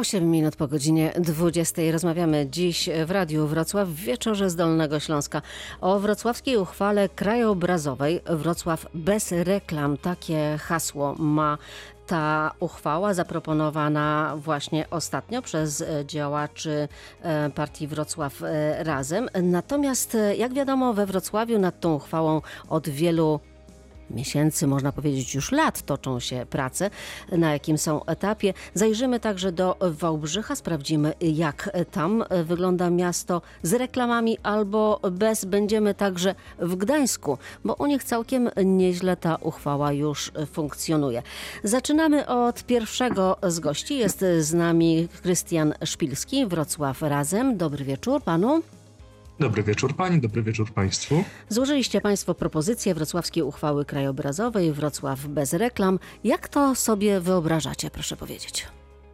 8 minut po godzinie 20. Rozmawiamy dziś w Radiu Wrocław w Wieczorze z Dolnego Śląska o wrocławskiej uchwale krajobrazowej Wrocław bez reklam. Takie hasło ma ta uchwała zaproponowana właśnie ostatnio przez działaczy partii Wrocław Razem. Natomiast jak wiadomo, we Wrocławiu nad tą uchwałą od wielu miesięcy, można powiedzieć już lat, toczą się prace, na jakim są etapie. Zajrzymy także do Wałbrzycha, sprawdzimy, jak tam wygląda miasto z reklamami albo bez. Będziemy także w Gdańsku, bo u nich całkiem nieźle ta uchwała już funkcjonuje. Zaczynamy od pierwszego z gości. Jest z nami Krystian Szpilski, Wrocław Razem. Dobry wieczór panu. Dobry wieczór pani, dobry wieczór państwu. Złożyliście państwo propozycję wrocławskiej uchwały krajobrazowej Wrocław bez reklam. Jak to sobie wyobrażacie, proszę powiedzieć?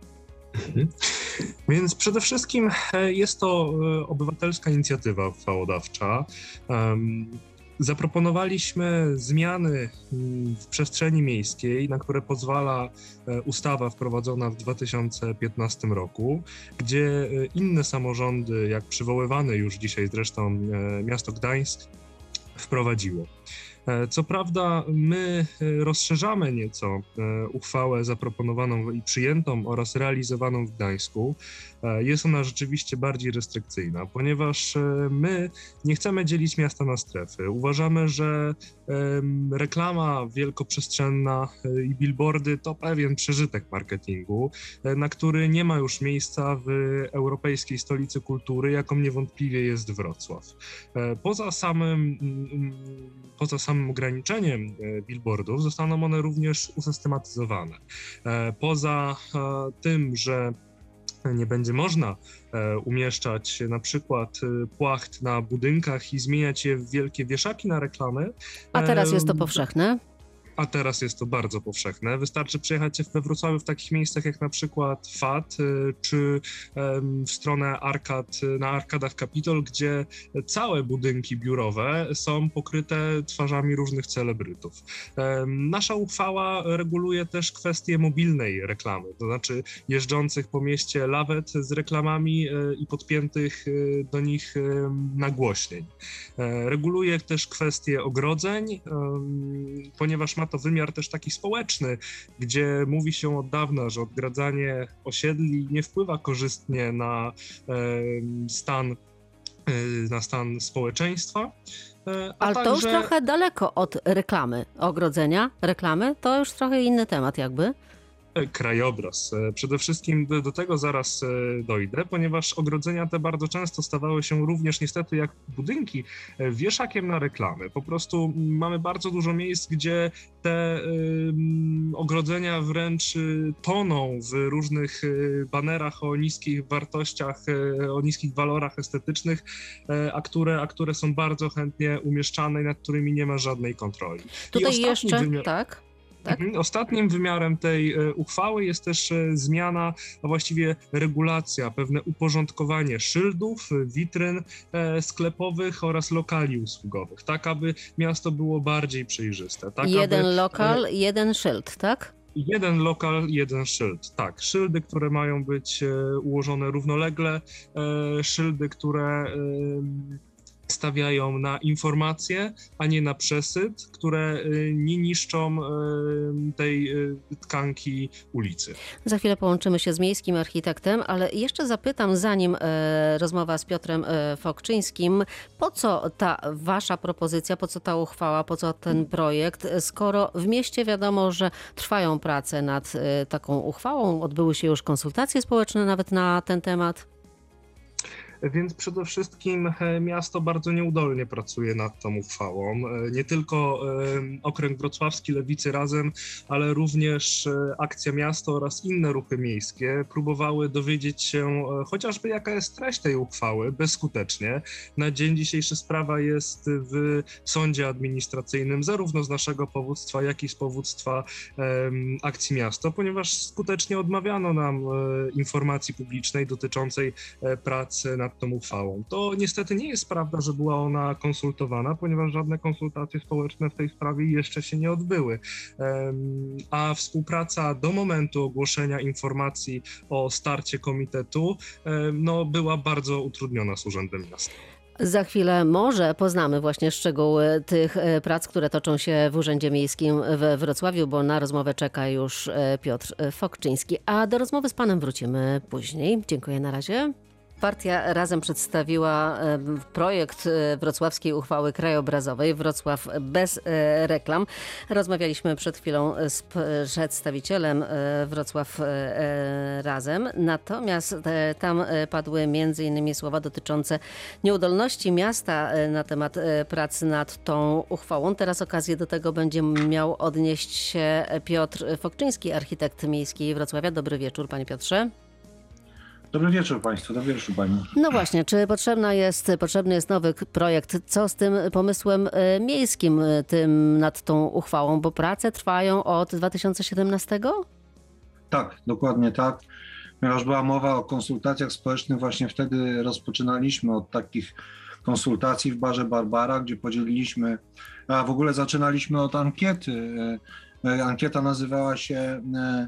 Więc przede wszystkim jest to obywatelska inicjatywa uchwałodawcza. Zaproponowaliśmy zmiany w przestrzeni miejskiej, na które pozwala ustawa wprowadzona w 2015 roku, gdzie inne samorządy, jak przywoływane już dzisiaj zresztą miasto Gdańsk, wprowadziło. Co prawda my rozszerzamy nieco uchwałę zaproponowaną i przyjętą oraz realizowaną w Gdańsku. Jest ona rzeczywiście bardziej restrykcyjna, ponieważ my nie chcemy dzielić miasta na strefy. Uważamy, że reklama wielkoprzestrzenna i billboardy to pewien przeżytek marketingu, na który nie ma już miejsca w europejskiej stolicy kultury, jaką niewątpliwie jest Wrocław. Poza samym ograniczeniem billboardów zostaną one również usystematyzowane. Poza tym, że nie będzie można umieszczać na przykład płacht na budynkach i zmieniać je w wielkie wieszaki na reklamy. A teraz jest to powszechne? A teraz jest to bardzo powszechne. Wystarczy przejechać się we Wrocławiu w takich miejscach jak na przykład FAT czy w stronę arkad, na arkadach Kapitol, gdzie całe budynki biurowe są pokryte twarzami różnych celebrytów. Nasza uchwała reguluje też kwestię mobilnej reklamy, to znaczy jeżdżących po mieście lawet z reklamami i podpiętych do nich nagłośnień. Reguluje też kwestię ogrodzeń, ponieważ ma to wymiar też taki społeczny, gdzie mówi się od dawna, że odgradzanie osiedli nie wpływa korzystnie na stan społeczeństwa. Ale to już trochę daleko od reklamy, ogrodzenia, reklamy, to już trochę inny temat jakby. Krajobraz. Przede wszystkim do tego zaraz dojdę, ponieważ ogrodzenia te bardzo często stawały się również niestety jak budynki wieszakiem na reklamy. Po prostu mamy bardzo dużo miejsc, gdzie te ogrodzenia wręcz toną w różnych banerach o niskich wartościach, o niskich walorach estetycznych, a które są bardzo chętnie umieszczane i nad którymi nie ma żadnej kontroli. Tutaj jeszcze, tak? Ostatnim wymiarem tej uchwały jest też zmiana, a właściwie regulacja, pewne uporządkowanie szyldów, witryn sklepowych oraz lokali usługowych, tak aby miasto było bardziej przejrzyste. Tak, jeden lokal, jeden szyld, tak? Jeden lokal, jeden szyld, tak. Szyldy, które mają być ułożone równolegle, szyldy, które stawiają na informacje, a nie na przesyt, które nie niszczą tej tkanki ulicy. Za chwilę połączymy się z miejskim architektem, ale jeszcze zapytam, zanim rozmowa z Piotrem Fokczyńskim, po co ta wasza propozycja, po co ta uchwała, po co ten projekt, skoro w mieście wiadomo, że trwają prace nad taką uchwałą, odbyły się już konsultacje społeczne nawet na ten temat? Więc przede wszystkim miasto bardzo nieudolnie pracuje nad tą uchwałą. Nie tylko okręg wrocławski Lewicy Razem, ale również Akcja Miasto oraz inne ruchy miejskie próbowały dowiedzieć się chociażby jaka jest treść tej uchwały bezskutecznie. Na dzień dzisiejszy sprawa jest w sądzie administracyjnym zarówno z naszego powództwa, jak i z powództwa Akcji Miasto, ponieważ skutecznie odmawiano nam informacji publicznej dotyczącej pracy nad nad tą uchwałą. To niestety nie jest prawda, że była ona konsultowana, ponieważ żadne konsultacje społeczne w tej sprawie jeszcze się nie odbyły. A współpraca do momentu ogłoszenia informacji o starcie komitetu była bardzo utrudniona z Urzędem Miasta. Za chwilę może poznamy właśnie szczegóły tych prac, które toczą się w Urzędzie Miejskim we Wrocławiu, bo na rozmowę czeka już Piotr Fokczyński. A do rozmowy z panem wrócimy później. Dziękuję, na razie. Partia Razem przedstawiła projekt wrocławskiej uchwały krajobrazowej Wrocław bez reklam. Rozmawialiśmy przed chwilą z przedstawicielem Wrocław Razem, natomiast tam padły m.in. słowa dotyczące nieudolności miasta na temat pracy nad tą uchwałą. Teraz okazję do tego będzie miał odnieść się Piotr Fokczyński, architekt miejski Wrocławia. Dobry wieczór, panie Piotrze. Dobry wieczór państwu, dobry wieczór pani. No właśnie, czy potrzebny jest nowy projekt? Co z tym pomysłem miejskim, tym nad tą uchwałą? Bo prace trwają od 2017? Tak, dokładnie tak. Ponieważ była mowa o konsultacjach społecznych, właśnie wtedy rozpoczynaliśmy od takich konsultacji w barze Barbara, gdzie podzieliliśmy, a w ogóle zaczynaliśmy od ankiety. Ankieta nazywała się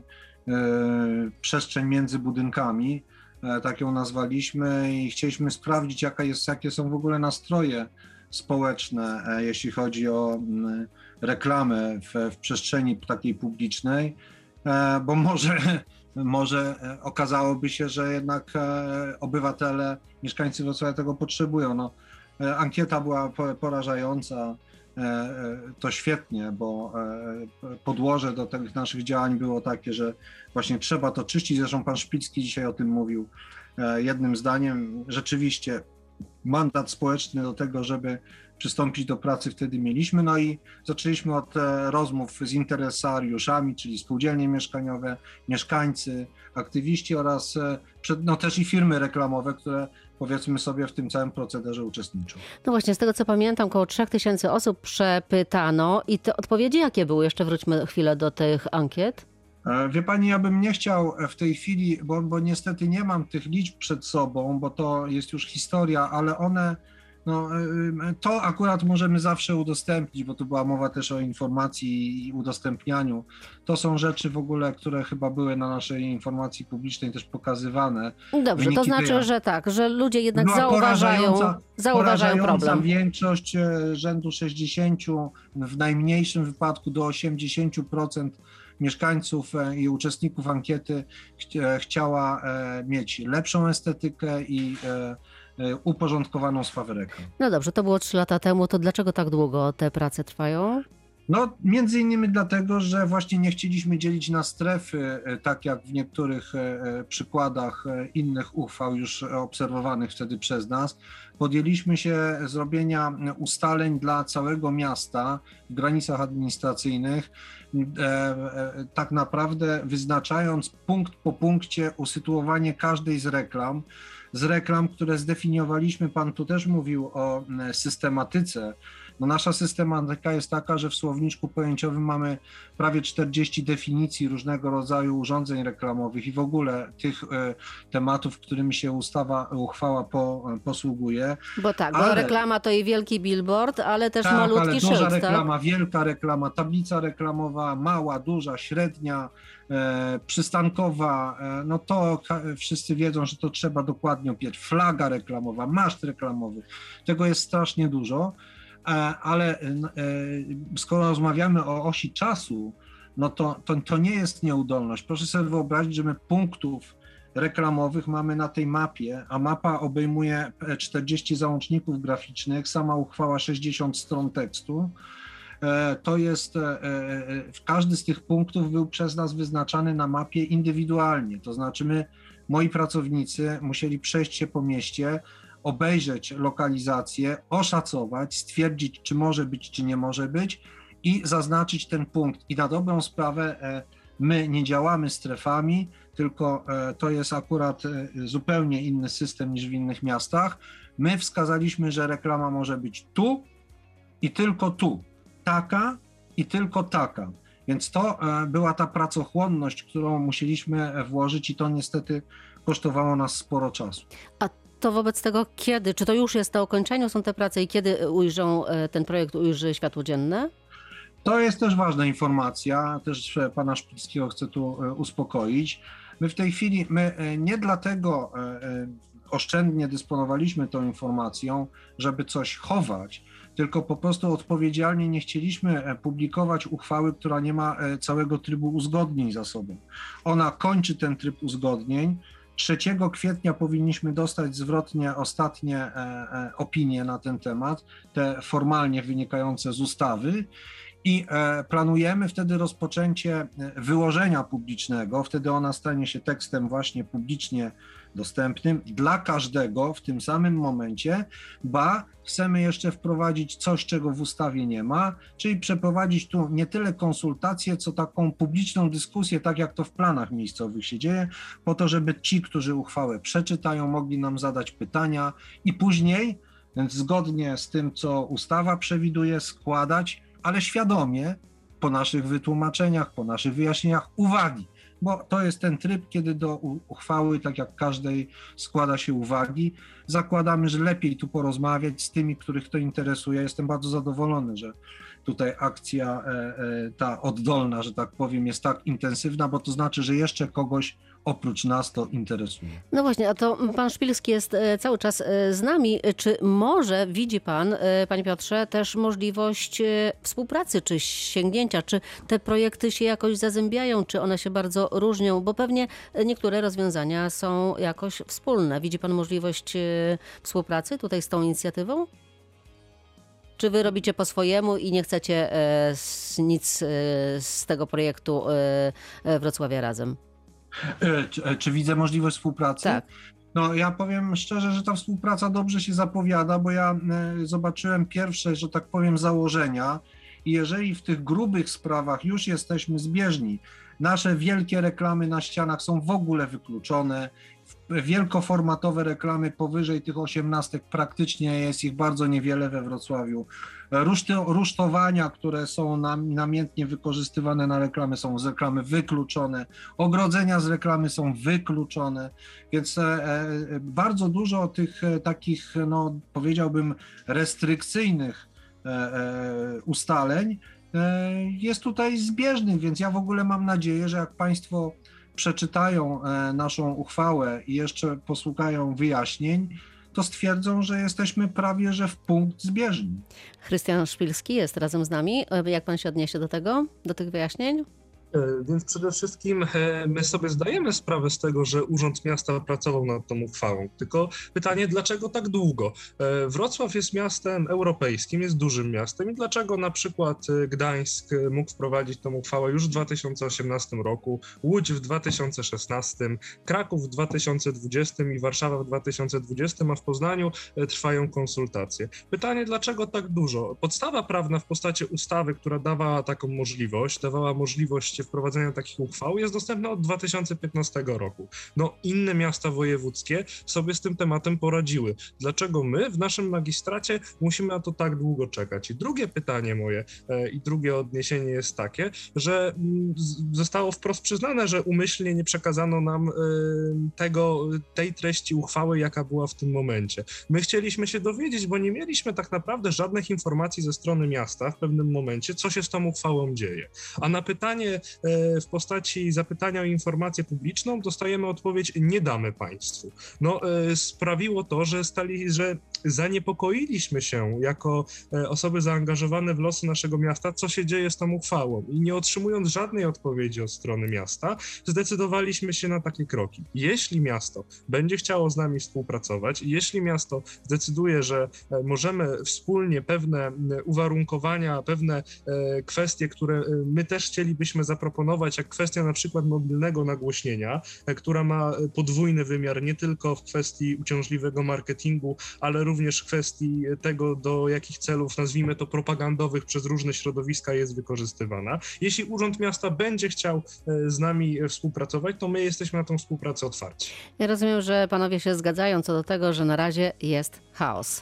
Przestrzeń między budynkami. Tak ją nazwaliśmy i chcieliśmy sprawdzić, jakie są w ogóle nastroje społeczne, jeśli chodzi o reklamę w przestrzeni takiej publicznej, bo może okazałoby się, że jednak obywatele, mieszkańcy Wrocławia tego potrzebują. No, ankieta była porażająca. To świetnie, bo podłoże do tych naszych działań było takie, że właśnie trzeba to czyścić. Zresztą pan Szpicki dzisiaj o tym mówił jednym zdaniem. Rzeczywiście mandat społeczny do tego, żeby przystąpić do pracy wtedy mieliśmy. No i zaczęliśmy od rozmów z interesariuszami, czyli spółdzielnie mieszkaniowe, mieszkańcy, aktywiści oraz też i firmy reklamowe, które powiedzmy sobie w tym całym procederze uczestniczą. No właśnie, z tego co pamiętam, około 3000 osób przepytano i te odpowiedzi jakie były? Jeszcze wróćmy chwilę do tych ankiet. Wie pani, ja bym nie chciał w tej chwili, bo niestety nie mam tych liczb przed sobą, bo to jest już historia, ale one, to akurat możemy zawsze udostępnić, bo tu była mowa też o informacji i udostępnianiu. To są rzeczy w ogóle, które chyba były na naszej informacji publicznej też pokazywane. Dobrze, Wyniki to znaczy, że tak, że ludzie jednak zauważają problem. Większość rzędu 60, w najmniejszym wypadku do 80% mieszkańców i uczestników ankiety chciała mieć lepszą estetykę i uporządkowaną swawerekę. No dobrze, to było 3 lata temu, to dlaczego tak długo te prace trwają? No, między innymi dlatego, że właśnie nie chcieliśmy dzielić na strefy, tak jak w niektórych przykładach innych uchwał już obserwowanych wtedy przez nas. Podjęliśmy się zrobienia ustaleń dla całego miasta w granicach administracyjnych, tak naprawdę wyznaczając punkt po punkcie usytuowanie każdej z reklam, które zdefiniowaliśmy. Pan tu też mówił o systematyce. No, nasza systematyka jest taka, że w słowniczku pojęciowym mamy prawie 40 definicji różnego rodzaju urządzeń reklamowych i w ogóle tych tematów, którymi się uchwała posługuje. Bo reklama to i wielki billboard, ale też malutki ale szyld, duża reklama, tak? wielka reklama, tablica reklamowa, mała, duża, średnia, przystankowa, no to wszyscy wiedzą, że to trzeba dokładnie opisać. Flaga reklamowa, maszt reklamowy, tego jest strasznie dużo. Ale skoro rozmawiamy o osi czasu, no to nie jest nieudolność. Proszę sobie wyobrazić, że my punktów reklamowych mamy na tej mapie, a mapa obejmuje 40 załączników graficznych, sama uchwała 60 stron tekstu. To jest, każdy z tych punktów był przez nas wyznaczany na mapie indywidualnie, to znaczy moi pracownicy musieli przejść się po mieście, obejrzeć lokalizację, oszacować, stwierdzić, czy może być, czy nie może być i zaznaczyć ten punkt. I na dobrą sprawę my nie działamy strefami, tylko to jest akurat zupełnie inny system niż w innych miastach. My wskazaliśmy, że reklama może być tu i tylko tu, taka i tylko taka. Więc to była ta pracochłonność, którą musieliśmy włożyć i to niestety kosztowało nas sporo czasu. A to wobec tego kiedy? Czy to już jest na ukończeniu, są te prace i kiedy ten projekt ujrzy światło dzienne? To jest też ważna informacja, też pana Szpilskiego chcę tu uspokoić. My w tej chwili, nie dlatego oszczędnie dysponowaliśmy tą informacją, żeby coś chować, tylko po prostu odpowiedzialnie nie chcieliśmy publikować uchwały, która nie ma całego trybu uzgodnień za sobą. Ona kończy ten tryb uzgodnień. 3 kwietnia powinniśmy dostać zwrotnie ostatnie opinie na ten temat, te formalnie wynikające z ustawy. I planujemy wtedy rozpoczęcie wyłożenia publicznego, wtedy ona stanie się tekstem właśnie publicznie dostępnym dla każdego w tym samym momencie, chcemy jeszcze wprowadzić coś, czego w ustawie nie ma, czyli przeprowadzić tu nie tyle konsultacje, co taką publiczną dyskusję, tak jak to w planach miejscowych się dzieje, po to, żeby ci, którzy uchwałę przeczytają, mogli nam zadać pytania i później, więc zgodnie z tym, co ustawa przewiduje, składać, ale świadomie, po naszych wytłumaczeniach, po naszych wyjaśnieniach, uwagi, bo to jest ten tryb, kiedy do uchwały, tak jak każdej, składa się uwagi. Zakładamy, że lepiej tu porozmawiać z tymi, których to interesuje. Jestem bardzo zadowolony, że tutaj akcja ta oddolna, że tak powiem, jest tak intensywna, bo to znaczy, że jeszcze kogoś oprócz nas to interesuje. No właśnie, a to pan Szpilski jest cały czas z nami. Czy może widzi pan, panie Piotrze, też możliwość współpracy, czy sięgnięcia, czy te projekty się jakoś zazębiają, czy one się bardzo różnią, bo pewnie niektóre rozwiązania są jakoś wspólne. Widzi pan możliwość współpracy tutaj z tą inicjatywą? Czy wy robicie po swojemu i nie chcecie nic z tego projektu Wrocławia Razem? Czy widzę możliwość współpracy? Tak. No ja powiem szczerze, że ta współpraca dobrze się zapowiada, bo ja zobaczyłem pierwsze, że tak powiem, założenia i jeżeli w tych grubych sprawach już jesteśmy zbieżni, nasze wielkie reklamy na ścianach są w ogóle wykluczone, wielkoformatowe reklamy powyżej tych 18 praktycznie jest ich bardzo niewiele we Wrocławiu. Rusztowania, które są namiętnie wykorzystywane na reklamy, są z reklamy wykluczone, ogrodzenia z reklamy są wykluczone, więc bardzo dużo tych takich, no powiedziałbym, restrykcyjnych ustaleń jest tutaj zbieżnych, więc ja w ogóle mam nadzieję, że jak Państwo przeczytają naszą uchwałę i jeszcze posłuchają wyjaśnień, to stwierdzą, że jesteśmy prawie że w punkt zbieżni. Krystian Szpilski jest razem z nami. Jak pan się odniesie do tego, do tych wyjaśnień? Więc przede wszystkim my sobie zdajemy sprawę z tego, że Urząd Miasta pracował nad tą uchwałą. Tylko pytanie, dlaczego tak długo? Wrocław jest miastem europejskim, jest dużym miastem i dlaczego na przykład Gdańsk mógł wprowadzić tą uchwałę już w 2018 roku, Łódź w 2016, Kraków w 2020 i Warszawa w 2020, a w Poznaniu trwają konsultacje. Pytanie, dlaczego tak dużo? Podstawa prawna w postaci ustawy, która dawała taką możliwość, dawała możliwość wprowadzenia takich uchwał, jest dostępna od 2015 roku. No, inne miasta wojewódzkie sobie z tym tematem poradziły. Dlaczego my w naszym magistracie musimy na to tak długo czekać? I drugie pytanie moje i drugie odniesienie jest takie, że zostało wprost przyznane, że umyślnie nie przekazano nam tej treści uchwały, jaka była w tym momencie. My chcieliśmy się dowiedzieć, bo nie mieliśmy tak naprawdę żadnych informacji ze strony miasta w pewnym momencie, co się z tą uchwałą dzieje. A na pytanie w postaci zapytania o informację publiczną dostajemy odpowiedź: nie damy państwu. No, sprawiło to, że zaniepokoiliśmy się jako osoby zaangażowane w losy naszego miasta, co się dzieje z tą uchwałą. I nie otrzymując żadnej odpowiedzi od strony miasta, zdecydowaliśmy się na takie kroki. Jeśli miasto będzie chciało z nami współpracować, jeśli miasto zdecyduje, że możemy wspólnie pewne uwarunkowania, pewne kwestie, które my też chcielibyśmy zaproponować, jak kwestia na przykład mobilnego nagłośnienia, która ma podwójny wymiar nie tylko w kwestii uciążliwego marketingu, ale również w kwestii tego, do jakich celów, nazwijmy to propagandowych, przez różne środowiska jest wykorzystywana. Jeśli Urząd Miasta będzie chciał z nami współpracować, to my jesteśmy na tą współpracę otwarci. Ja rozumiem, że panowie się zgadzają co do tego, że na razie jest chaos.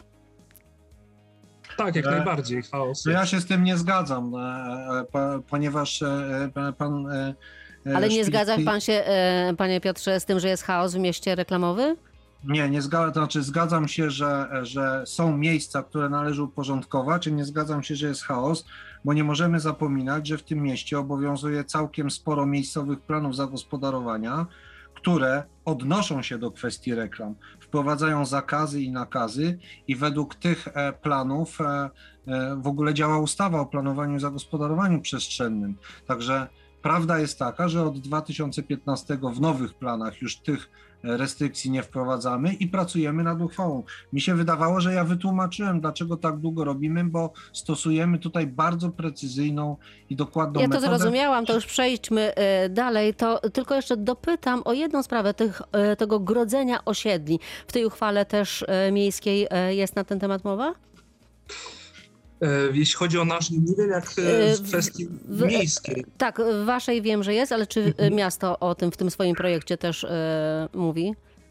Tak, jak najbardziej chaos. Ja się z tym nie zgadzam, ponieważ pan... Ale nie zgadza pan się, panie Piotrze, z tym, że jest chaos w mieście reklamowy? Nie zgadzam, to znaczy zgadzam się, że są miejsca, które należy uporządkować, i nie zgadzam się, że jest chaos, bo nie możemy zapominać, że w tym mieście obowiązuje całkiem sporo miejscowych planów zagospodarowania, które odnoszą się do kwestii reklam, wprowadzają zakazy i nakazy, i według tych planów w ogóle działa ustawa o planowaniu i zagospodarowaniu przestrzennym. Także prawda jest taka, że od 2015 w nowych planach już tych restrykcji nie wprowadzamy i pracujemy nad uchwałą. Mi się wydawało, że ja wytłumaczyłem, dlaczego tak długo robimy, bo stosujemy tutaj bardzo precyzyjną i dokładną Ja to metodę. zrozumiałam, to już przejdźmy dalej. To tylko jeszcze dopytam o jedną sprawę tego grodzenia osiedli. W tej uchwale też miejskiej jest na ten temat mowa? Jeśli chodzi o nasz, nie wiem jak w kwestii miejskiej. Tak, w waszej wiem, że jest, ale czy miasto o tym w tym swoim projekcie też mówi?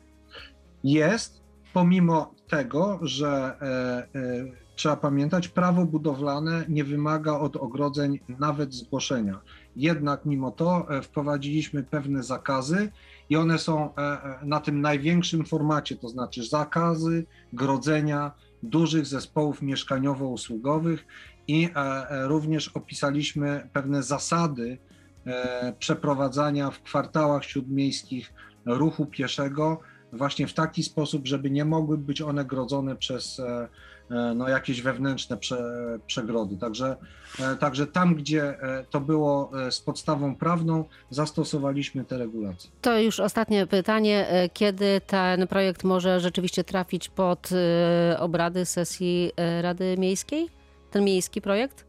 Jest, pomimo tego, że trzeba pamiętać, prawo budowlane nie wymaga od ogrodzeń nawet zgłoszenia. Jednak mimo to wprowadziliśmy pewne zakazy i one są na tym największym formacie, to znaczy zakazy grodzenia dużych zespołów mieszkaniowo-usługowych, i również opisaliśmy pewne zasady przeprowadzania w kwartałach śródmiejskich ruchu pieszego właśnie w taki sposób, żeby nie mogły być one grodzone przez jakieś wewnętrzne przegrody. Także tam, gdzie to było z podstawą prawną, zastosowaliśmy te regulacje. To już ostatnie pytanie. Kiedy ten projekt może rzeczywiście trafić pod obrady sesji Rady Miejskiej? Ten miejski projekt?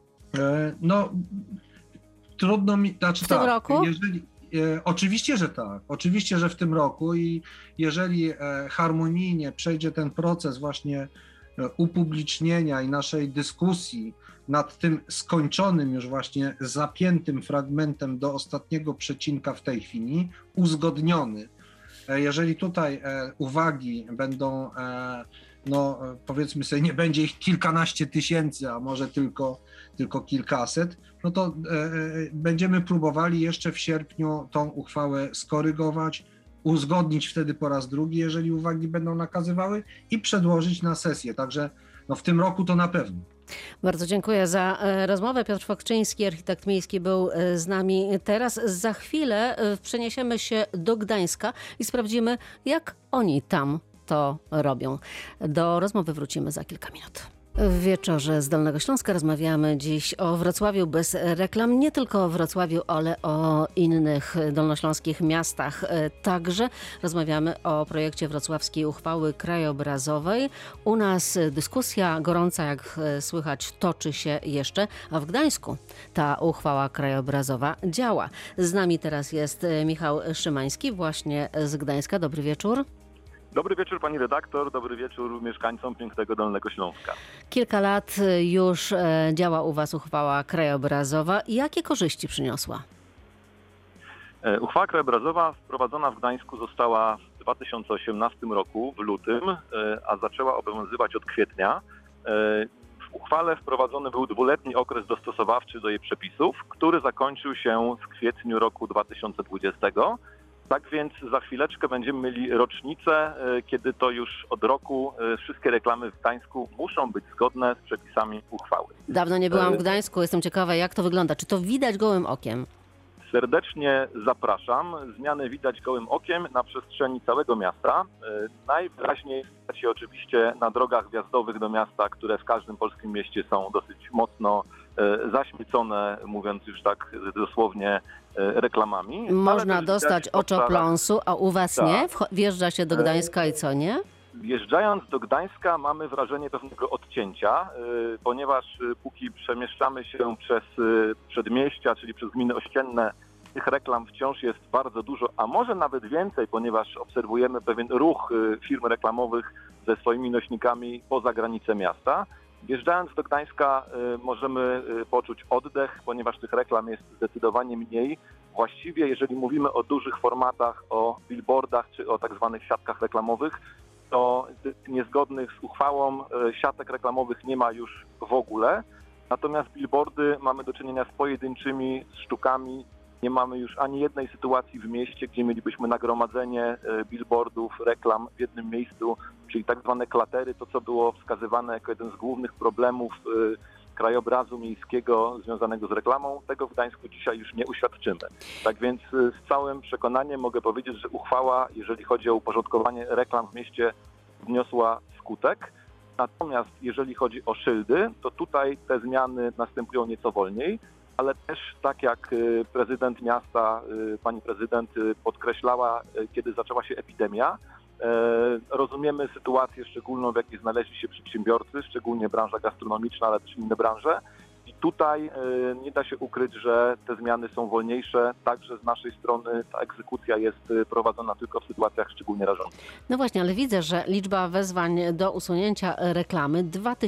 No, trudno mi... Znaczy, w tym roku? Oczywiście, że tak. Oczywiście, że w tym roku, i jeżeli harmonijnie przejdzie ten proces właśnie upublicznienia i naszej dyskusji nad tym skończonym już właśnie zapiętym fragmentem do ostatniego przecinka w tej chwili, uzgodniony. Jeżeli tutaj uwagi będą, powiedzmy sobie, nie będzie ich kilkanaście tysięcy, a może tylko kilkaset, no to będziemy próbowali jeszcze w sierpniu tą uchwałę skorygować, uzgodnić wtedy po raz drugi, jeżeli uwagi będą nakazywały, i przedłożyć na sesję. Także w tym roku to na pewno. Bardzo dziękuję za rozmowę. Piotr Fokczyński, architekt miejski, był z nami teraz. Za chwilę przeniesiemy się do Gdańska i sprawdzimy, jak oni tam to robią. Do rozmowy wrócimy za kilka minut. W wieczorze z Dolnego Śląska rozmawiamy dziś o Wrocławiu bez reklam. Nie tylko o Wrocławiu, ale o innych dolnośląskich miastach także. Rozmawiamy o projekcie wrocławskiej uchwały krajobrazowej. U nas dyskusja gorąca, jak słychać, toczy się jeszcze, a w Gdańsku ta uchwała krajobrazowa działa. Z nami teraz jest Michał Szymański, właśnie z Gdańska. Dobry wieczór. Dobry wieczór pani redaktor, dobry wieczór mieszkańcom pięknego Dolnego Śląska. Kilka lat już działa u was uchwała krajobrazowa. Jakie korzyści przyniosła? Uchwała krajobrazowa wprowadzona w Gdańsku została w 2018 roku, w lutym, a zaczęła obowiązywać od kwietnia. W uchwale wprowadzony był 2-letni okres dostosowawczy do jej przepisów, który zakończył się w kwietniu roku 2020. Tak więc za chwileczkę będziemy mieli rocznicę, kiedy to już od roku wszystkie reklamy w Gdańsku muszą być zgodne z przepisami uchwały. Dawno nie byłam w Gdańsku, jestem ciekawa, jak to wygląda. Czy to widać gołym okiem? Serdecznie zapraszam. Zmiany widać gołym okiem na przestrzeni całego miasta. Najwyraźniej widać się oczywiście na drogach wjazdowych do miasta, które w każdym polskim mieście są dosyć mocno zaśmiecone, mówiąc już tak dosłownie, reklamami. Można dostać oczopląsu, a u was nie? Wjeżdża się do Gdańska i co, nie? Wjeżdżając do Gdańska mamy wrażenie pewnego odcięcia, ponieważ póki przemieszczamy się przez przedmieścia, czyli przez gminy ościenne, tych reklam wciąż jest bardzo dużo, a może nawet więcej, ponieważ obserwujemy pewien ruch firm reklamowych ze swoimi nośnikami poza granice miasta. Wjeżdżając do Gdańska możemy poczuć oddech, ponieważ tych reklam jest zdecydowanie mniej. Właściwie jeżeli mówimy o dużych formatach, o billboardach czy o tak zwanych siatkach reklamowych, to niezgodnych z uchwałą siatek reklamowych nie ma już w ogóle. Natomiast billboardy mamy do czynienia z pojedynczymi sztukami Nie mamy już ani jednej sytuacji w mieście, gdzie mielibyśmy nagromadzenie billboardów, reklam w jednym miejscu, czyli tak zwane klatery, to co było wskazywane jako jeden z głównych problemów krajobrazu miejskiego związanego z reklamą. Tego w Gdańsku dzisiaj już nie uświadczymy. Tak więc z całym przekonaniem mogę powiedzieć, że uchwała, jeżeli chodzi o uporządkowanie reklam w mieście, wniosła skutek. Natomiast jeżeli chodzi o szyldy, to tutaj te zmiany następują nieco wolniej, ale też tak jak prezydent miasta, pani prezydent podkreślała, kiedy zaczęła się epidemia, rozumiemy sytuację szczególną, w jakiej znaleźli się przedsiębiorcy, szczególnie branża gastronomiczna, ale też inne branże. I tutaj nie da się ukryć, że te zmiany są wolniejsze. Także z naszej strony ta egzekucja jest prowadzona tylko w sytuacjach szczególnie rażących. No właśnie, ale widzę, że liczba wezwań do usunięcia reklamy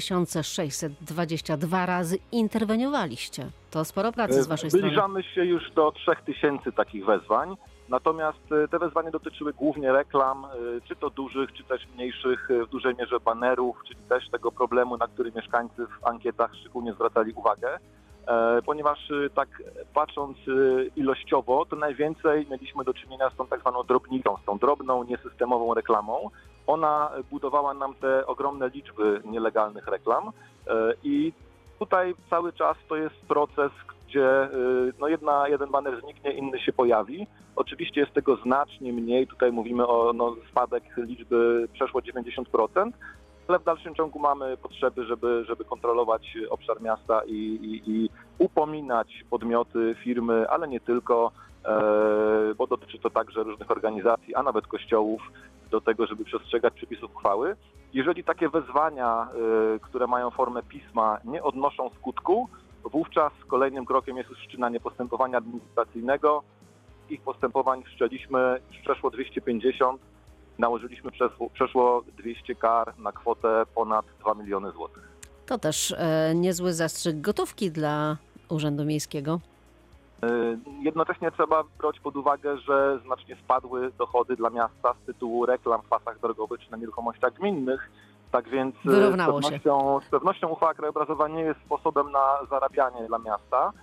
2622 razy interweniowaliście. To sporo pracy z waszej strony. Zbliżamy się już do 3000 takich wezwań. Natomiast te wezwania dotyczyły głównie reklam, czy to dużych, czy też mniejszych, w dużej mierze banerów, czyli też tego problemu, na który mieszkańcy w ankietach szczególnie zwracali uwagę. Ponieważ tak patrząc ilościowo, to najwięcej mieliśmy do czynienia z tą tak zwaną drobnicą, z tą drobną, niesystemową reklamą. Ona budowała nam te ogromne liczby nielegalnych reklam i tutaj cały czas to jest proces, gdzie jeden baner zniknie, inny się pojawi. Oczywiście jest tego znacznie mniej, tutaj mówimy o spadek liczby przeszło 90%, ale w dalszym ciągu mamy potrzeby, żeby kontrolować obszar miasta i upominać podmioty, firmy, ale nie tylko, bo dotyczy to także różnych organizacji, a nawet kościołów, do tego, żeby przestrzegać przepisów uchwały. Jeżeli takie wezwania, które mają formę pisma, nie odnoszą skutku, wówczas kolejnym krokiem jest wszczynanie postępowania administracyjnego. Ich postępowań wszczęliśmy już przeszło 250, nałożyliśmy przeszło 200 kar na kwotę ponad 2 miliony złotych. To też niezły zastrzyk gotówki dla Urzędu Miejskiego. Jednocześnie trzeba brać pod uwagę, że znacznie spadły dochody dla miasta z tytułu reklam w pasach drogowych czy na nieruchomościach gminnych. Tak więc z pewnością uchwała krajobrazowa nie jest sposobem na zarabianie dla miasta,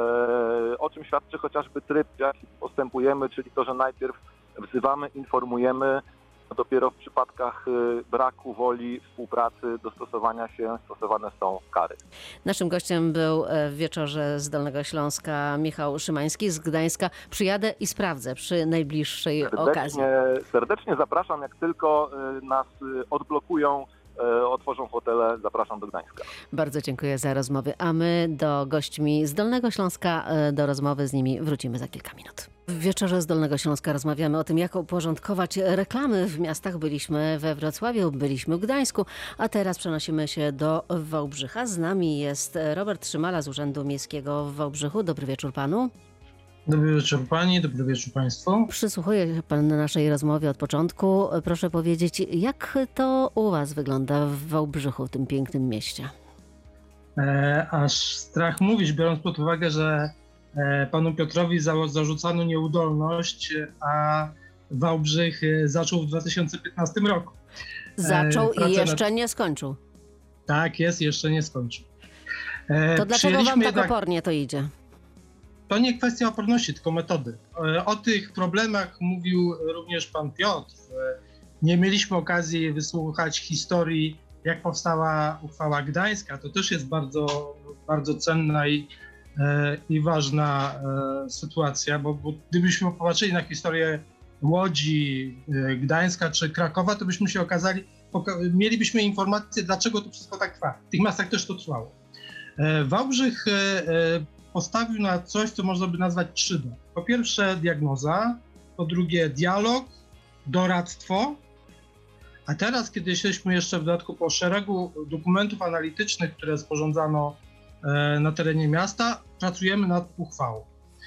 o czym świadczy chociażby tryb, w jaki postępujemy, czyli to, że najpierw wzywamy, informujemy, a dopiero w przypadkach braku woli, współpracy, dostosowania się stosowane są kary. Naszym gościem był w wieczorze z Dolnego Śląska Michał Szymański z Gdańska. Przyjadę i sprawdzę przy najbliższej okazji. Serdecznie zapraszam, jak tylko nas odblokują, otworzą hotele, zapraszam do Gdańska. Bardzo dziękuję za rozmowy, a my do gośćmi z Dolnego Śląska, do rozmowy z nimi wrócimy za kilka minut. W wieczorze z Dolnego Śląska rozmawiamy o tym, jak uporządkować reklamy w miastach. Byliśmy we Wrocławiu, byliśmy w Gdańsku, a teraz przenosimy się do Wałbrzycha. Z nami jest Robert Szymala z Urzędu Miejskiego w Wałbrzychu. Dobry wieczór panu. Dobry wieczór pani, dobry wieczór państwu. Przysłuchuje się pan naszej rozmowie od początku. Proszę powiedzieć, jak to u was wygląda w Wałbrzychu, w tym pięknym mieście? Aż strach mówić, biorąc pod uwagę, że panu Piotrowi zarzucano nieudolność, a Wałbrzych zaczął w 2015 roku. Zaczął i jeszcze nie skończył. Tak jest, jeszcze nie skończył. To dlaczego wam tak opornie to idzie? To nie kwestia oporności, tylko metody. O tych problemach mówił również pan Piotr. Nie mieliśmy okazji wysłuchać historii, jak powstała uchwała gdańska. To też jest bardzo, bardzo cenna i ważna sytuacja, bo gdybyśmy popatrzyli na historię Łodzi, Gdańska czy Krakowa, to byśmy się mielibyśmy informację, dlaczego to wszystko tak trwa. W tych miastach też to trwało. Wałbrzych postawił na coś, co można by nazwać 3D. Po pierwsze diagnoza, po drugie dialog, doradztwo, a teraz, kiedy jesteśmy jeszcze w dodatku po szeregu dokumentów analitycznych, które sporządzano na terenie miasta, pracujemy nad uchwałą.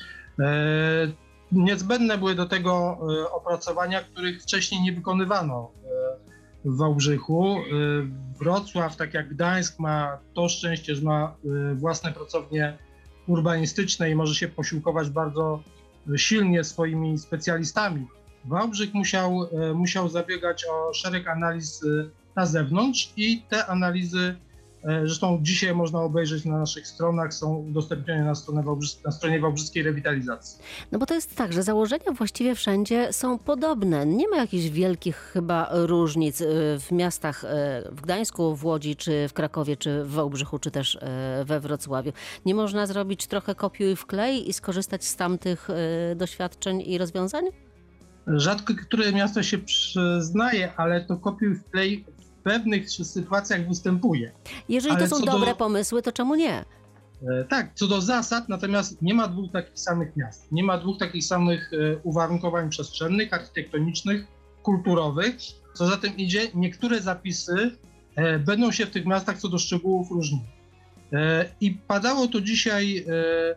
Niezbędne były do tego opracowania, których wcześniej nie wykonywano w Wałbrzychu. Wrocław, tak jak Gdańsk, ma to szczęście, że ma własne pracownie urbanistyczne i może się posiłkować bardzo silnie swoimi specjalistami. Wałbrzych musiał zabiegać o szereg analiz na zewnątrz i te analizy Zresztą dzisiaj można obejrzeć na naszych stronach, są udostępnione na stronie Wałbrzyskiej Rewitalizacji. No bo to jest tak, że założenia właściwie wszędzie są podobne. Nie ma jakichś wielkich chyba różnic w miastach, w Gdańsku, w Łodzi, czy w Krakowie, czy w Wałbrzychu, czy też we Wrocławiu. Nie można zrobić trochę kopiuj wklej i skorzystać z tamtych doświadczeń i rozwiązań? Rzadko które miasto się przyznaje, ale to kopiuj wklej w pewnych sytuacjach występuje. Jeżeli Ale to są dobre pomysły, to czemu nie? Tak, co do zasad, natomiast nie ma dwóch takich samych miast. Nie ma dwóch takich samych uwarunkowań przestrzennych, architektonicznych, kulturowych. Co za tym idzie, niektóre zapisy będą się w tych miastach co do szczegółów różniły. I padało to dzisiaj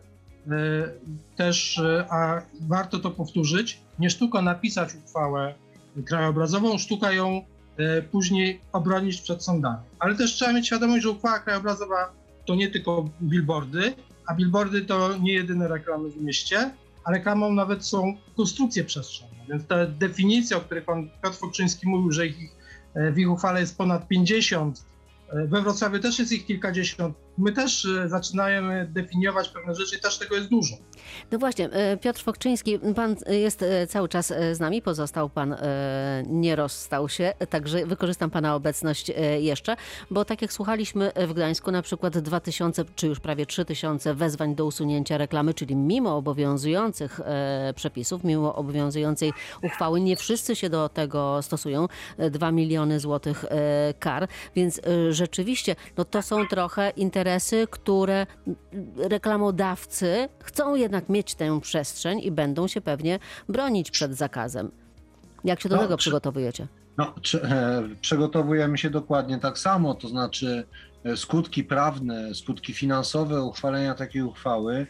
też, a warto to powtórzyć, nie sztuka napisać uchwałę krajobrazową, sztuka ją później obronić przed sądami. Ale też trzeba mieć świadomość, że uchwała krajobrazowa to nie tylko billboardy, a billboardy to nie jedyne reklamy w mieście, a reklamą nawet są konstrukcje przestrzenne. Więc ta definicja, o której pan Piotr Fokczyński mówił, że w ich uchwale jest ponad 50, we Wrocławiu też jest ich kilkadziesiąt. My też zaczynamy definiować pewne rzeczy i też tego jest dużo. No właśnie, Piotr Fokczyński, pan jest cały czas z nami, pozostał pan, nie rozstał się, także wykorzystam pana obecność jeszcze, bo tak jak słuchaliśmy w Gdańsku, na przykład 2000 czy już prawie 3000 wezwań do usunięcia reklamy, czyli mimo obowiązujących przepisów, mimo obowiązującej uchwały, nie wszyscy się do tego stosują, 2 miliony złotych kar, więc rzeczywiście no to są trochę interesy, które reklamodawcy chcą jednak mieć tę przestrzeń i będą się pewnie bronić przed zakazem. Jak się do tego przygotowujecie? Przygotowujemy się dokładnie tak samo, to znaczy skutki prawne, skutki finansowe uchwalenia takiej uchwały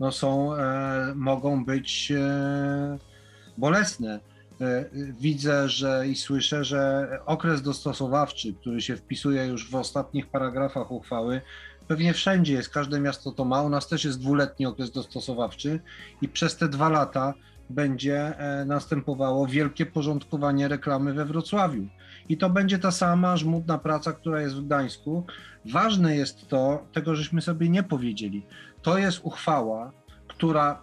mogą być bolesne. Widzę i słyszę, że okres dostosowawczy, który się wpisuje już w ostatnich paragrafach uchwały, pewnie wszędzie jest, każde miasto to ma, u nas też jest 2-letni okres dostosowawczy i przez te 2 lata będzie następowało wielkie porządkowanie reklamy we Wrocławiu. I to będzie ta sama żmudna praca, która jest w Gdańsku. Ważne jest to, tego żeśmy sobie nie powiedzieli, to jest uchwała, która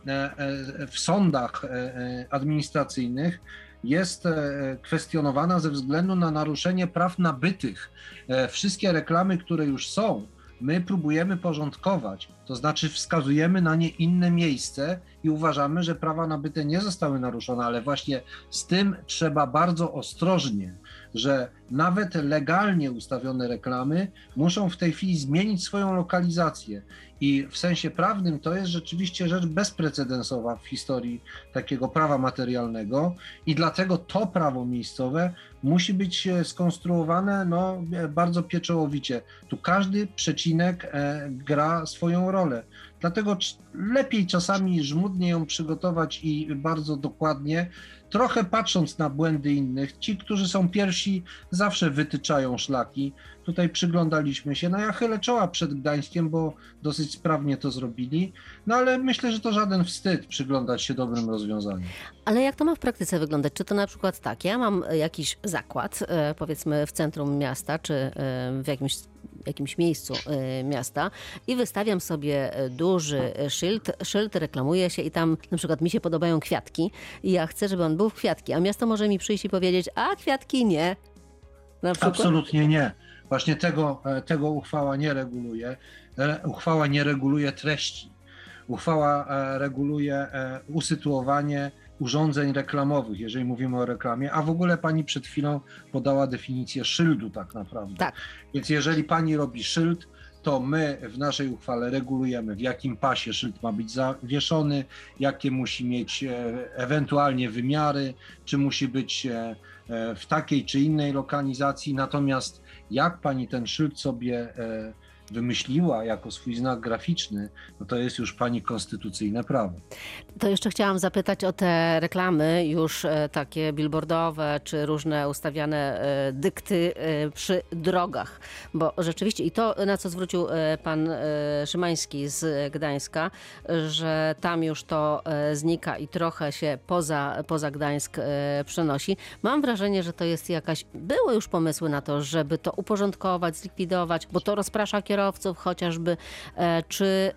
w sądach administracyjnych jest kwestionowana ze względu na naruszenie praw nabytych. Wszystkie reklamy, które już są, my próbujemy porządkować, to znaczy wskazujemy na nie inne miejsce i uważamy, że prawa nabyte nie zostały naruszone, ale właśnie z tym trzeba bardzo ostrożnie, że nawet legalnie ustawione reklamy muszą w tej chwili zmienić swoją lokalizację i w sensie prawnym to jest rzeczywiście rzecz bezprecedensowa w historii takiego prawa materialnego i dlatego to prawo miejscowe musi być skonstruowane bardzo pieczołowicie. Tu każdy przecinek gra swoją rolę. Dlatego lepiej czasami żmudnie ją przygotować i bardzo dokładnie, trochę patrząc na błędy innych. Ci, którzy są pierwsi, zawsze wytyczają szlaki. Tutaj przyglądaliśmy się. Ja chylę czoła przed Gdańskiem, bo dosyć sprawnie to zrobili. Ale myślę, że to żaden wstyd przyglądać się dobrym rozwiązaniom. Ale jak to ma w praktyce wyglądać? Czy to na przykład tak, ja mam jakiś zakład, powiedzmy w centrum miasta, czy w jakimś miejscu miasta i wystawiam sobie duży szyld reklamuje się i tam na przykład mi się podobają kwiatki i ja chcę, żeby on był w kwiatki, a miasto może mi przyjść i powiedzieć, a kwiatki nie. Na przykład? Absolutnie nie. Właśnie tego uchwała nie reguluje. Uchwała nie reguluje treści. Uchwała reguluje usytuowanie urządzeń reklamowych, jeżeli mówimy o reklamie, a w ogóle pani przed chwilą podała definicję szyldu tak naprawdę. Tak. Więc jeżeli pani robi szyld, to my w naszej uchwale regulujemy, w jakim pasie szyld ma być zawieszony, jakie musi mieć ewentualnie wymiary, czy musi być w takiej czy innej lokalizacji. Natomiast jak pani ten szyld sobie wymyśliła jako swój znak graficzny, no to jest już pani konstytucyjne prawo. To jeszcze chciałam zapytać o te reklamy już takie billboardowe, czy różne ustawiane dykty przy drogach, bo rzeczywiście i to, na co zwrócił pan Szymański z Gdańska, że tam już to znika i trochę się poza Gdańsk przenosi. Mam wrażenie, że to jest były już pomysły na to, żeby to uporządkować, zlikwidować, bo to rozprasza kierowców chociażby. Czy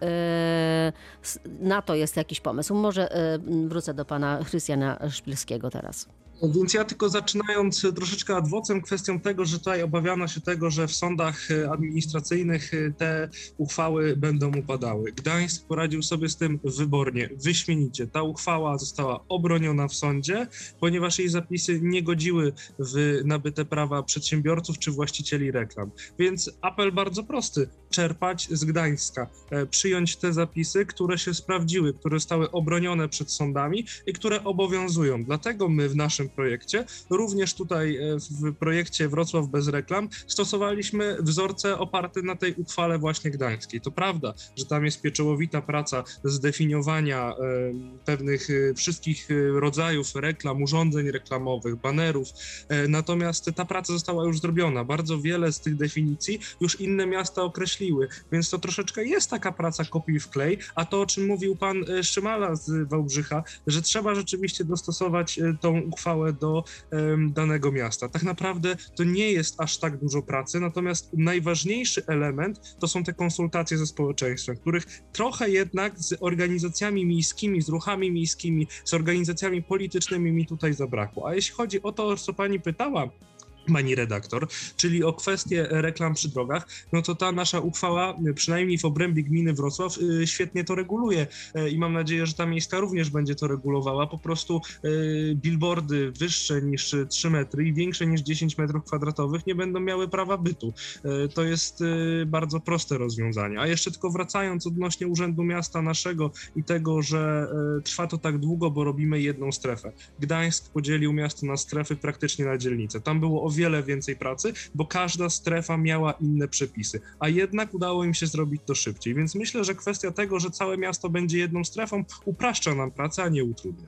na to jest jakiś pomysł? Może wrócę do pana Chrystiana Szpilskiego teraz. Więc ja tylko zaczynając troszeczkę ad vocem kwestią tego, że tutaj obawiano się tego, że w sądach administracyjnych te uchwały będą upadały. Gdańsk poradził sobie z tym wybornie, wyśmienicie. Ta uchwała została obroniona w sądzie, ponieważ jej zapisy nie godziły w nabyte prawa przedsiębiorców czy właścicieli reklam. Więc apel bardzo prosty, czerpać z Gdańska, przyjąć te zapisy, które się sprawdziły, które zostały obronione przed sądami i które obowiązują. Dlatego my w naszym projekcie, również tutaj w projekcie Wrocław bez reklam, stosowaliśmy wzorce oparte na tej uchwale właśnie gdańskiej. To prawda, że tam jest pieczołowita praca zdefiniowania pewnych wszystkich rodzajów reklam, urządzeń reklamowych, banerów, natomiast ta praca została już zrobiona. Bardzo wiele z tych definicji już inne miasta określiły, więc to troszeczkę jest taka praca kopiuj wklej, a to, o czym mówił pan Szymala z Wałbrzycha, że trzeba rzeczywiście dostosować tą uchwałę do danego miasta. Tak naprawdę to nie jest aż tak dużo pracy, natomiast najważniejszy element to są te konsultacje ze społeczeństwem, których trochę jednak z organizacjami miejskimi, z ruchami miejskimi, z organizacjami politycznymi mi tutaj zabrakło. A jeśli chodzi o to, o co pani pytała, pani redaktor, czyli o kwestię reklam przy drogach, no to ta nasza uchwała, przynajmniej w obrębie gminy Wrocław, świetnie to reguluje i mam nadzieję, że ta miejska również będzie to regulowała. Po prostu billboardy wyższe niż 3 metry i większe niż 10 metrów kwadratowych nie będą miały prawa bytu. To jest bardzo proste rozwiązanie. A jeszcze tylko wracając odnośnie Urzędu Miasta naszego i tego, że trwa to tak długo, bo robimy jedną strefę. Gdańsk podzielił miasto na strefy praktycznie na dzielnicę. Tam było o wiele więcej pracy, bo każda strefa miała inne przepisy, a jednak udało im się zrobić to szybciej, więc myślę, że kwestia tego, że całe miasto będzie jedną strefą, upraszcza nam pracę, a nie utrudnia.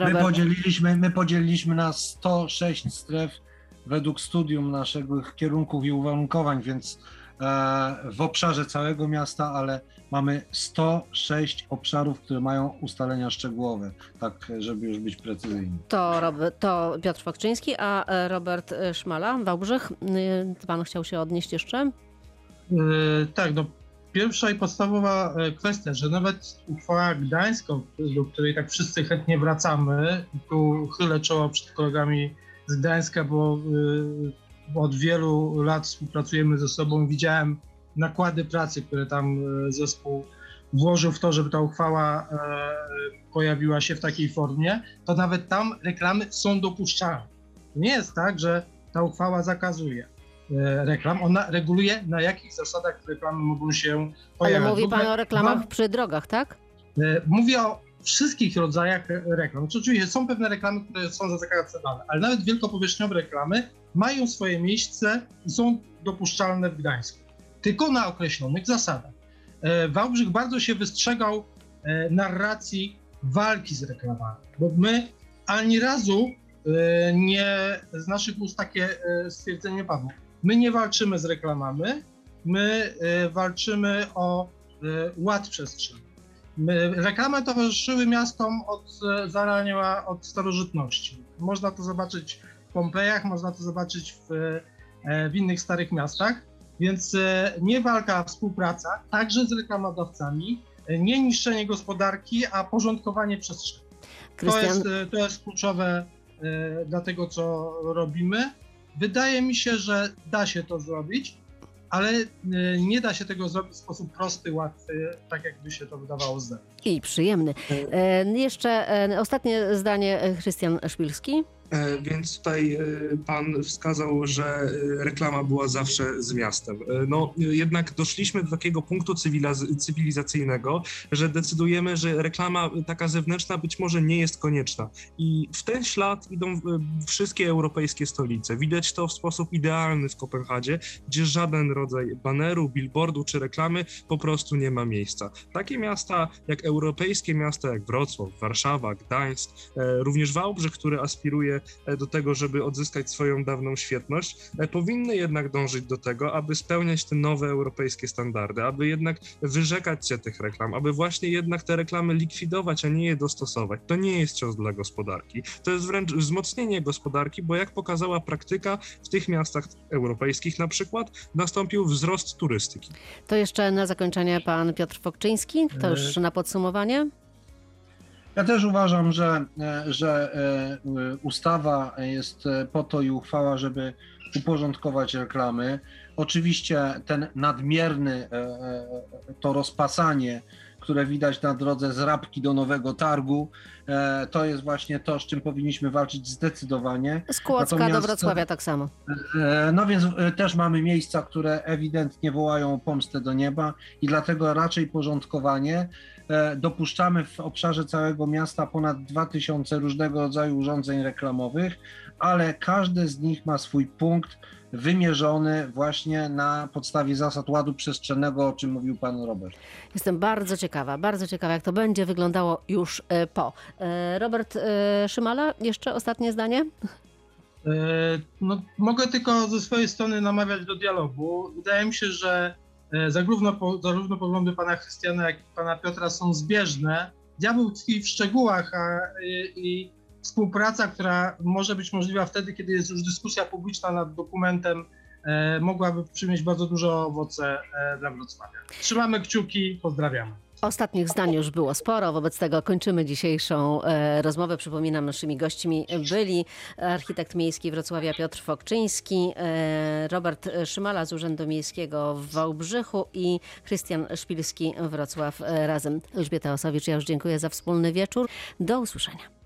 My podzieliliśmy na 106 stref według studium naszych kierunków i uwarunkowań, więc w obszarze całego miasta, ale mamy 106 obszarów, które mają ustalenia szczegółowe, tak żeby już być precyzyjny. To Piotr Fakczyński, a Robert Szmala, Wałbrzych. Pan chciał się odnieść jeszcze? Tak, no pierwsza i podstawowa kwestia, że nawet uchwała gdańska, do której tak wszyscy chętnie wracamy, tu chylę czoło przed kolegami z Gdańska, bo od wielu lat współpracujemy ze sobą. Widziałem nakłady pracy, które tam zespół włożył w to, żeby ta uchwała pojawiła się w takiej formie, to nawet tam reklamy są dopuszczalne. To nie jest tak, że ta uchwała zakazuje reklam, ona reguluje, na jakich zasadach reklamy mogą się pojawiać. Ale mówi pan o reklamach przy drogach, tak? Mówię o wszystkich rodzajach reklam. Oczywiście są pewne reklamy, które są zakazane, ale nawet wielkopowierzchniowe reklamy mają swoje miejsce i są dopuszczalne w Gdańsku. Tylko na określonych zasadach. Wałbrzych bardzo się wystrzegał narracji walki z reklamami, bo my ani razu z naszych ust takie stwierdzenie nie padło. My nie walczymy z reklamami, my walczymy o ład przestrzenny. Reklamy towarzyszyły miastom od zarania, od starożytności. Można to zobaczyć w Pompejach, można to zobaczyć w innych starych miastach, więc nie walka, a współpraca, także z reklamodawcami, nie niszczenie gospodarki, a porządkowanie przestrzeni. To jest kluczowe dla tego, co robimy. Wydaje mi się, że da się to zrobić, ale nie da się tego zrobić w sposób prosty, łatwy, tak jakby się to wydawało z zewnątrz. I przyjemny. Jeszcze ostatnie zdanie, Chrystian Szpilski. Więc tutaj pan wskazał, że reklama była zawsze z miastem. No jednak doszliśmy do takiego punktu cywilizacyjnego, że decydujemy, że reklama taka zewnętrzna być może nie jest konieczna. I w ten ślad idą wszystkie europejskie stolice. Widać to w sposób idealny w Kopenhadzie, gdzie żaden rodzaj baneru, billboardu czy reklamy po prostu nie ma miejsca. Takie miasta jak europejskie miasta jak Wrocław, Warszawa, Gdańsk, również Wałbrzych, który aspiruje do tego, żeby odzyskać swoją dawną świetność, powinny jednak dążyć do tego, aby spełniać te nowe europejskie standardy, aby jednak wyrzekać się tych reklam, aby właśnie jednak te reklamy likwidować, a nie je dostosować. To nie jest cios dla gospodarki. To jest wręcz wzmocnienie gospodarki, bo jak pokazała praktyka, w tych miastach europejskich na przykład nastąpił wzrost turystyki. To jeszcze na zakończenie pan Piotr Fokczyński, to już na podsumowanie. Ja też uważam, że ustawa jest po to i uchwała, żeby uporządkować reklamy. Oczywiście ten nadmierny, to rozpasanie, które widać na drodze z Rabki do Nowego Targu, to jest właśnie to, z czym powinniśmy walczyć zdecydowanie. Z Kłodzka do Wrocławia tak samo. No więc też mamy miejsca, które ewidentnie wołają o pomstę do nieba i dlatego raczej porządkowanie. Dopuszczamy w obszarze całego miasta ponad 2000 różnego rodzaju urządzeń reklamowych, ale każdy z nich ma swój punkt wymierzony właśnie na podstawie zasad ładu przestrzennego, o czym mówił pan Robert. Jestem bardzo ciekawa, jak to będzie wyglądało już po. Robert Szymala, jeszcze ostatnie zdanie? No, mogę tylko ze swojej strony namawiać do dialogu. Wydaje mi się, że zarówno poglądy pana Chrystiana, jak i pana Piotra są zbieżne. Diabeł tkwi w szczegółach i współpraca, która może być możliwa wtedy, kiedy jest już dyskusja publiczna nad dokumentem, mogłaby przynieść bardzo duże owoce dla Wrocławia. Trzymamy kciuki, pozdrawiamy. Ostatnich zdań już było sporo, wobec tego kończymy dzisiejszą rozmowę. Przypominam, naszymi gośćmi byli architekt miejski Wrocławia Piotr Fokczyński, Robert Szymala z Urzędu Miejskiego w Wałbrzychu i Krystian Szpilski Wrocław Razem. Elżbieta Osowicz, ja już dziękuję za wspólny wieczór. Do usłyszenia.